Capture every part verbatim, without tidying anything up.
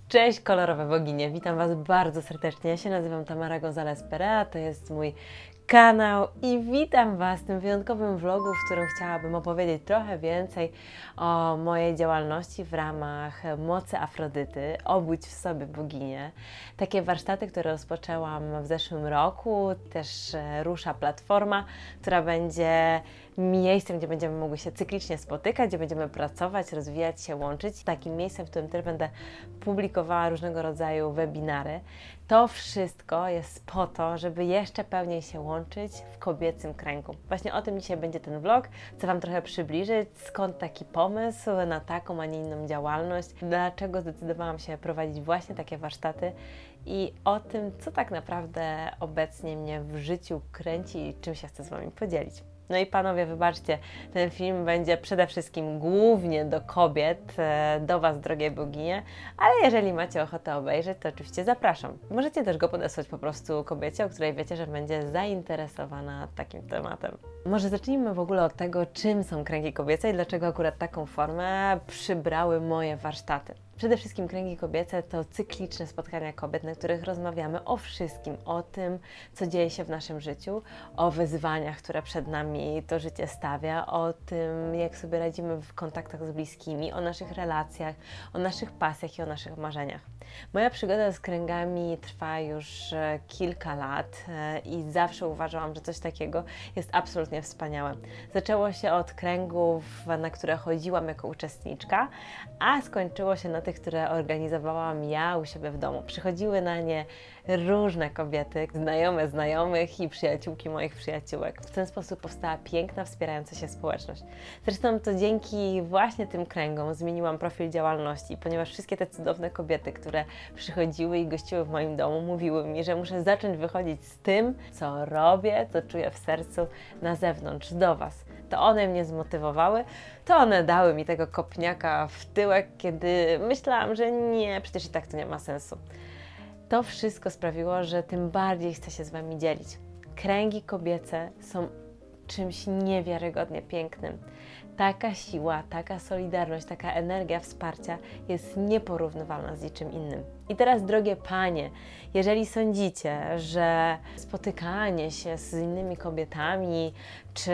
Cześć kolorowe boginie, witam Was bardzo serdecznie. Ja się nazywam Tamara González-Perea, to jest mój kanał i witam Was w tym wyjątkowym vlogu, w którym chciałabym opowiedzieć trochę więcej o mojej działalności w ramach Mocy Afrodyty, Obudź w sobie boginię. Takie warsztaty, które rozpoczęłam w zeszłym roku, też rusza platforma, która będzie miejscem, gdzie będziemy mogli się cyklicznie spotykać, gdzie będziemy pracować, rozwijać się, łączyć. Takim miejscem, w którym też będę publikowała różnego rodzaju webinary. To wszystko jest po to, żeby jeszcze pełniej się łączyć w kobiecym kręgu. Właśnie o tym dzisiaj będzie ten vlog. Chcę Wam trochę przybliżyć, skąd taki pomysł na taką, a nie inną działalność, dlaczego zdecydowałam się prowadzić właśnie takie warsztaty i o tym, co tak naprawdę obecnie mnie w życiu kręci i czym się chcę z Wami podzielić. No i panowie, wybaczcie, ten film będzie przede wszystkim głównie do kobiet, do Was, drogie boginie, ale jeżeli macie ochotę obejrzeć, to oczywiście zapraszam. Możecie też go podesłać po prostu kobiecie, o której wiecie, że będzie zainteresowana takim tematem. Może zacznijmy w ogóle od tego, czym są kręgi kobiece i dlaczego akurat taką formę przybrały moje warsztaty. Przede wszystkim kręgi kobiece to cykliczne spotkania kobiet, na których rozmawiamy o wszystkim, o tym, co dzieje się w naszym życiu, o wyzwaniach, które przed nami to życie stawia, o tym, jak sobie radzimy w kontaktach z bliskimi, o naszych relacjach, o naszych pasjach i o naszych marzeniach. Moja przygoda z kręgami trwa już kilka lat i zawsze uważałam, że coś takiego jest absolutnie wspaniałe. Zaczęło się od kręgów, na które chodziłam jako uczestniczka, a skończyło się na tych, które organizowałam ja u siebie w domu. Przychodziły na nie różne kobiety, znajome znajomych i przyjaciółki moich przyjaciółek. W ten sposób powstała piękna, wspierająca się społeczność. Zresztą to dzięki właśnie tym kręgom zmieniłam profil działalności, ponieważ wszystkie te cudowne kobiety, które przychodziły i gościły w moim domu, mówiły mi, że muszę zacząć wychodzić z tym, co robię, co czuję w sercu, na zewnątrz, do Was. To one mnie zmotywowały, to one dały mi tego kopniaka w tyłek, kiedy myślałam, że nie, przecież i tak to nie ma sensu. To wszystko sprawiło, że tym bardziej chcę się z Wami dzielić. Kręgi kobiece są czymś niewiarygodnie pięknym. Taka siła, taka solidarność, taka energia wsparcia jest nieporównywalna z niczym innym. I teraz, drogie panie, jeżeli sądzicie, że spotykanie się z innymi kobietami, czy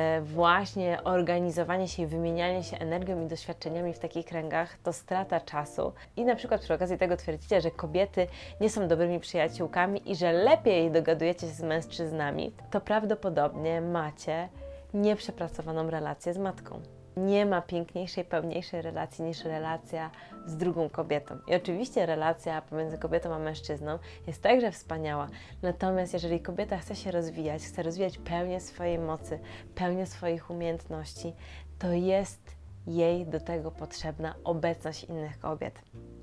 właśnie organizowanie się i wymienianie się energią i doświadczeniami w takich kręgach to strata czasu i na przykład przy okazji tego twierdzicie, że kobiety nie są dobrymi przyjaciółkami i że lepiej dogadujecie się z mężczyznami, to prawdopodobnie macie nieprzepracowaną relację z matką. Nie ma piękniejszej, pełniejszej relacji niż relacja z drugą kobietą. I oczywiście relacja pomiędzy kobietą a mężczyzną jest także wspaniała. Natomiast jeżeli kobieta chce się rozwijać, chce rozwijać pełnię swojej mocy, pełnię swoich umiejętności, to jest jej do tego potrzebna obecność innych kobiet.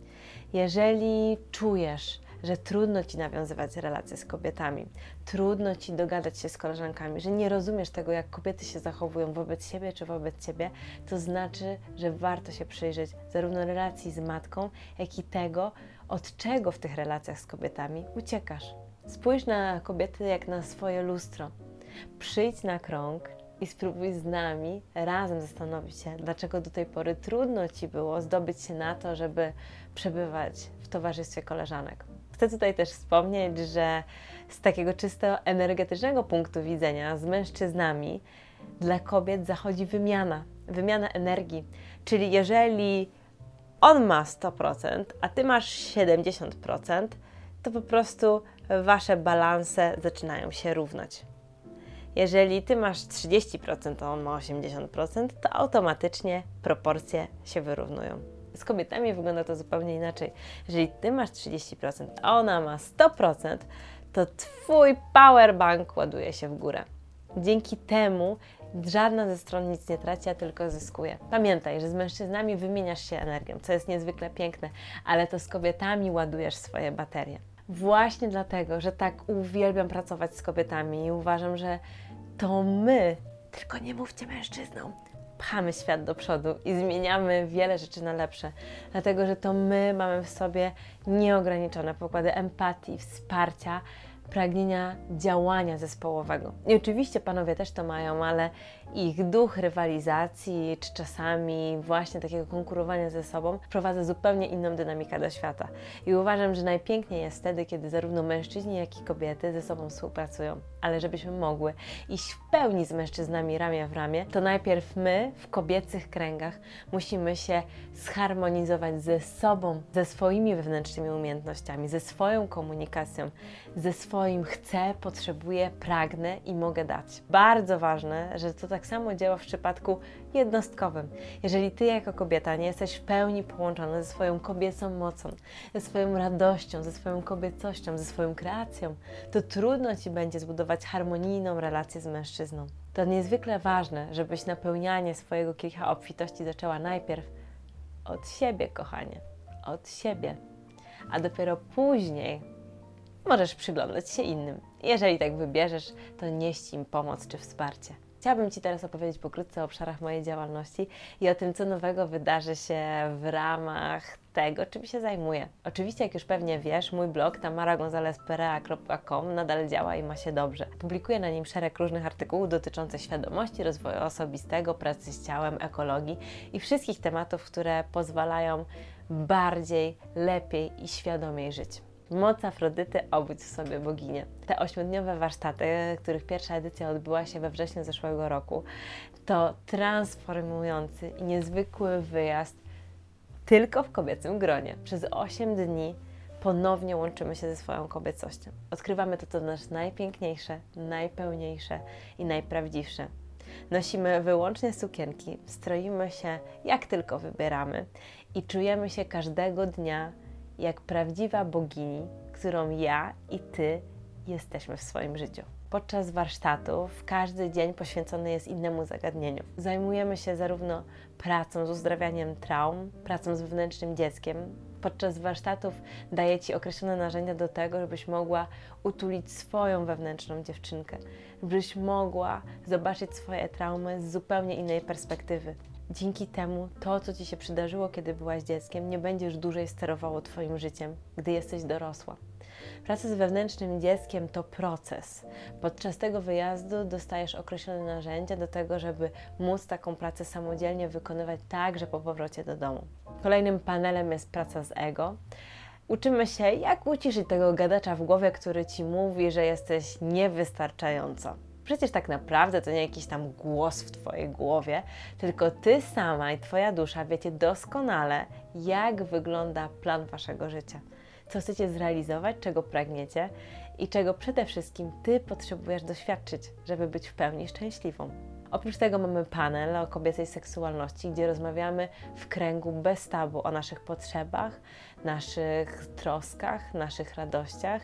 Jeżeli czujesz, że trudno Ci nawiązywać relacje z kobietami, trudno Ci dogadać się z koleżankami, że nie rozumiesz tego, jak kobiety się zachowują wobec siebie czy wobec Ciebie, to znaczy, że warto się przyjrzeć zarówno relacji z matką, jak i tego, od czego w tych relacjach z kobietami uciekasz. Spójrz na kobiety jak na swoje lustro. Przyjdź na krąg i spróbuj z nami razem zastanowić się, dlaczego do tej pory trudno Ci było zdobyć się na to, żeby przebywać w towarzystwie koleżanek. Chcę tutaj też wspomnieć, że z takiego czysto energetycznego punktu widzenia z mężczyznami dla kobiet zachodzi wymiana, wymiana energii. Czyli jeżeli on ma sto procent, a Ty masz siedemdziesiąt procent, to po prostu Wasze balanse zaczynają się równać. Jeżeli Ty masz trzydzieści procent, a on ma osiemdziesiąt procent, to automatycznie proporcje się wyrównują. Z kobietami wygląda to zupełnie inaczej. Jeżeli Ty masz trzydzieści procent, a ona ma sto procent, to Twój powerbank ładuje się w górę. Dzięki temu żadna ze stron nic nie traci, a tylko zyskuje. Pamiętaj, że z mężczyznami wymieniasz się energią, co jest niezwykle piękne, ale to z kobietami ładujesz swoje baterie. Właśnie dlatego, że tak uwielbiam pracować z kobietami i uważam, że to my, tylko nie mówcie mężczyznom, pchamy świat do przodu i zmieniamy wiele rzeczy na lepsze, dlatego że to my mamy w sobie nieograniczone pokłady empatii, wsparcia, pragnienia działania zespołowego. I oczywiście panowie też to mają, ale ich duch rywalizacji, czy czasami właśnie takiego konkurowania ze sobą wprowadza zupełnie inną dynamikę do świata. I uważam, że najpiękniej jest wtedy, kiedy zarówno mężczyźni, jak i kobiety ze sobą współpracują. Ale żebyśmy mogły iść w pełni z mężczyznami ramię w ramię, to najpierw my w kobiecych kręgach musimy się zharmonizować ze sobą, ze swoimi wewnętrznymi umiejętnościami, ze swoją komunikacją, ze swoim chcę, potrzebuję, pragnę i mogę dać. Bardzo ważne, że to tak samo działa w przypadku jednostkowym. Jeżeli Ty jako kobieta nie jesteś w pełni połączona ze swoją kobiecą mocą, ze swoją radością, ze swoją kobiecością, ze swoją kreacją, to trudno Ci będzie zbudować harmonijną relację z mężczyzną. To niezwykle ważne, żebyś napełnianie swojego kielicha obfitości zaczęła najpierw od siebie, kochanie. Od siebie. A dopiero później możesz przyglądać się innym. Jeżeli tak wybierzesz, to nieść im pomoc czy wsparcie. Chciałabym Ci teraz opowiedzieć pokrótce o obszarach mojej działalności i o tym, co nowego wydarzy się w ramach tego, czym się zajmuję. Oczywiście, jak już pewnie wiesz, mój blog tamara gonzalez perea kropka com nadal działa i ma się dobrze. Publikuję na nim szereg różnych artykułów dotyczących świadomości, rozwoju osobistego, pracy z ciałem, ekologii i wszystkich tematów, które pozwalają bardziej, lepiej i świadomiej żyć. Moc Afrodyty, obudź w sobie boginię. Te ośmiodniowe warsztaty, których pierwsza edycja odbyła się we wrześniu zeszłego roku, to transformujący i niezwykły wyjazd tylko w kobiecym gronie. Przez osiem dni ponownie łączymy się ze swoją kobiecością. Odkrywamy to, co nasze najpiękniejsze, najpełniejsze i najprawdziwsze. Nosimy wyłącznie sukienki, stroimy się jak tylko wybieramy i czujemy się każdego dnia jak prawdziwa bogini, którą ja i Ty jesteśmy w swoim życiu. Podczas warsztatów każdy dzień poświęcony jest innemu zagadnieniu. Zajmujemy się zarówno pracą z uzdrawianiem traum, pracą z wewnętrznym dzieckiem. Podczas warsztatów daję Ci określone narzędzia do tego, żebyś mogła utulić swoją wewnętrzną dziewczynkę, żebyś mogła zobaczyć swoje traumy z zupełnie innej perspektywy. Dzięki temu to, co Ci się przydarzyło, kiedy byłaś dzieckiem, nie będziesz dłużej sterowało Twoim życiem, gdy jesteś dorosła. Praca z wewnętrznym dzieckiem to proces. Podczas tego wyjazdu dostajesz określone narzędzia do tego, żeby móc taką pracę samodzielnie wykonywać także po powrocie do domu. Kolejnym panelem jest praca z ego. Uczymy się, jak uciszyć tego gadacza w głowie, który Ci mówi, że jesteś niewystarczająca. Przecież tak naprawdę to nie jakiś tam głos w Twojej głowie, tylko Ty sama i Twoja dusza wiecie doskonale, jak wygląda plan Waszego życia. Co chcecie zrealizować, czego pragniecie i czego przede wszystkim Ty potrzebujesz doświadczyć, żeby być w pełni szczęśliwą. Oprócz tego mamy panel o kobiecej seksualności, gdzie rozmawiamy w kręgu bez tabu o naszych potrzebach, naszych troskach, naszych radościach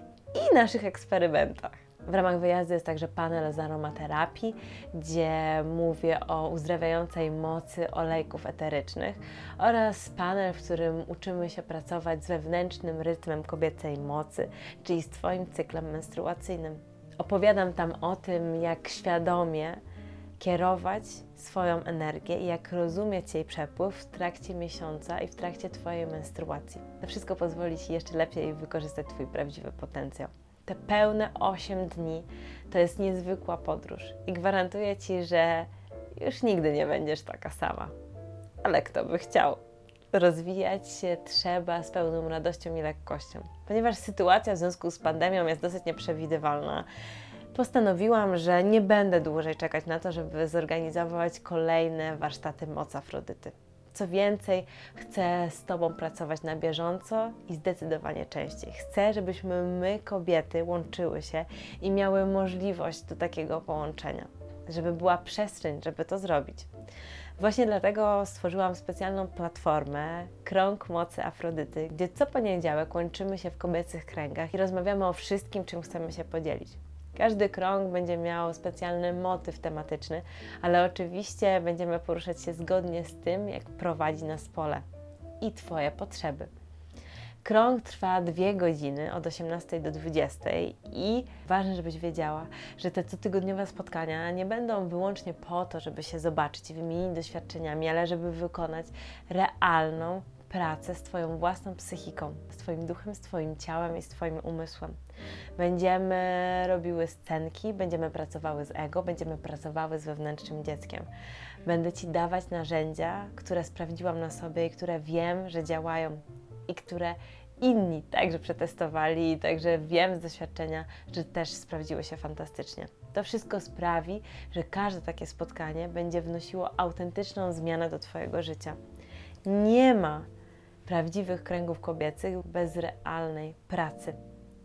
i naszych eksperymentach. W ramach wyjazdu jest także panel z aromaterapii, gdzie mówię o uzdrawiającej mocy olejków eterycznych oraz panel, w którym uczymy się pracować z wewnętrznym rytmem kobiecej mocy, czyli z Twoim cyklem menstruacyjnym. Opowiadam tam o tym, jak świadomie kierować swoją energię i jak rozumieć jej przepływ w trakcie miesiąca i w trakcie Twojej menstruacji. To wszystko pozwoli Ci jeszcze lepiej wykorzystać Twój prawdziwy potencjał. Te pełne osiem dni to jest niezwykła podróż i gwarantuję Ci, że już nigdy nie będziesz taka sama. Ale kto by chciał? Rozwijać się trzeba z pełną radością i lekkością. Ponieważ sytuacja w związku z pandemią jest dosyć nieprzewidywalna, postanowiłam, że nie będę dłużej czekać na to, żeby zorganizować kolejne warsztaty Moc Afrodyty. Co więcej, chcę z Tobą pracować na bieżąco i zdecydowanie częściej. Chcę, żebyśmy my, kobiety, łączyły się i miały możliwość do takiego połączenia, żeby była przestrzeń, żeby to zrobić. Właśnie dlatego stworzyłam specjalną platformę Krąg Mocy Afrodyty, gdzie co poniedziałek łączymy się w kobiecych kręgach i rozmawiamy o wszystkim, czym chcemy się podzielić. Każdy krąg będzie miał specjalny motyw tematyczny, ale oczywiście będziemy poruszać się zgodnie z tym, jak prowadzi nas pole i Twoje potrzeby. Krąg trwa dwie godziny od osiemnastej do dwudziestej i ważne, żebyś wiedziała, że te cotygodniowe spotkania nie będą wyłącznie po to, żeby się zobaczyć i wymienić doświadczeniami, ale żeby wykonać realną, pracę z Twoją własną psychiką, z Twoim duchem, z Twoim ciałem i z Twoim umysłem. Będziemy robiły scenki, będziemy pracowały z ego, będziemy pracowały z wewnętrznym dzieckiem. Będę Ci dawać narzędzia, które sprawdziłam na sobie i które wiem, że działają i które inni także przetestowali i także wiem z doświadczenia, że też sprawdziły się fantastycznie. To wszystko sprawi, że każde takie spotkanie będzie wnosiło autentyczną zmianę do Twojego życia. Nie ma prawdziwych kręgów kobiecych bez realnej pracy.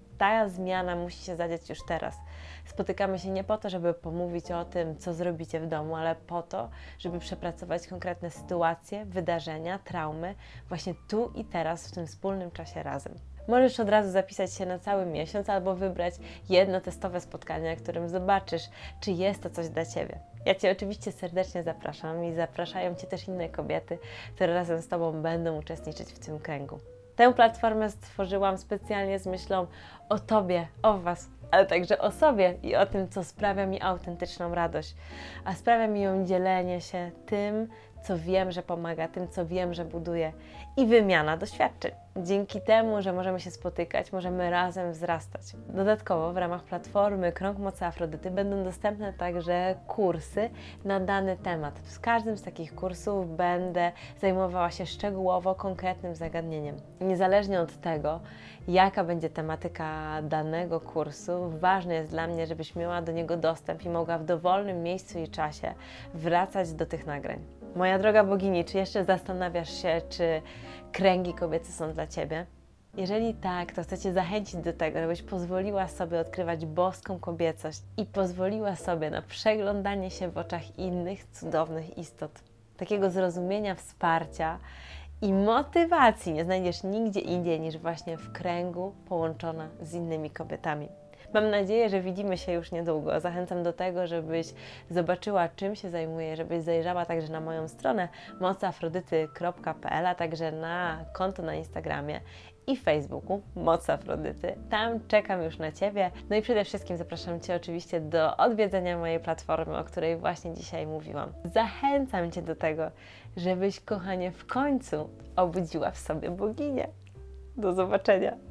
Ta zmiana musi się zadziać już teraz. Spotykamy się nie po to, żeby pomówić o tym, co zrobicie w domu, ale po to, żeby przepracować konkretne sytuacje, wydarzenia, traumy właśnie tu i teraz, w tym wspólnym czasie razem. Możesz od razu zapisać się na cały miesiąc albo wybrać jedno testowe spotkanie, na którym zobaczysz, czy jest to coś dla Ciebie. Ja Cię oczywiście serdecznie zapraszam i zapraszają Cię też inne kobiety, które razem z Tobą będą uczestniczyć w tym kręgu. Tę platformę stworzyłam specjalnie z myślą o Tobie, o Was, ale także o sobie i o tym, co sprawia mi autentyczną radość. A sprawia mi ją dzielenie się tym, co wiem, że pomaga, tym, co wiem, że buduje i wymiana doświadczeń. Dzięki temu, że możemy się spotykać, możemy razem wzrastać. Dodatkowo w ramach platformy Krąg Mocy Afrodyty będą dostępne także kursy na dany temat. W każdym z takich kursów będę zajmowała się szczegółowo konkretnym zagadnieniem. Niezależnie od tego, jaka będzie tematyka danego kursu, ważne jest dla mnie, żebyś miała do niego dostęp i mogła w dowolnym miejscu i czasie wracać do tych nagrań. Moja droga bogini, czy jeszcze zastanawiasz się, czy kręgi kobiece są dla Ciebie? Jeżeli tak, to chcę Cię zachęcić do tego, żebyś pozwoliła sobie odkrywać boską kobiecość i pozwoliła sobie na przeglądanie się w oczach innych cudownych istot. Takiego zrozumienia, wsparcia i motywacji nie znajdziesz nigdzie indziej niż właśnie w kręgu połączona z innymi kobietami. Mam nadzieję, że widzimy się już niedługo. Zachęcam do tego, żebyś zobaczyła, czym się zajmuję, żebyś zajrzała także na moją stronę mocy afrodyty kropka p l, a także na konto na Instagramie i Facebooku Moc Afrodyty. Tam czekam już na Ciebie. No i przede wszystkim zapraszam Cię oczywiście do odwiedzenia mojej platformy, o której właśnie dzisiaj mówiłam. Zachęcam Cię do tego, żebyś, kochanie, w końcu obudziła w sobie boginię. Do zobaczenia!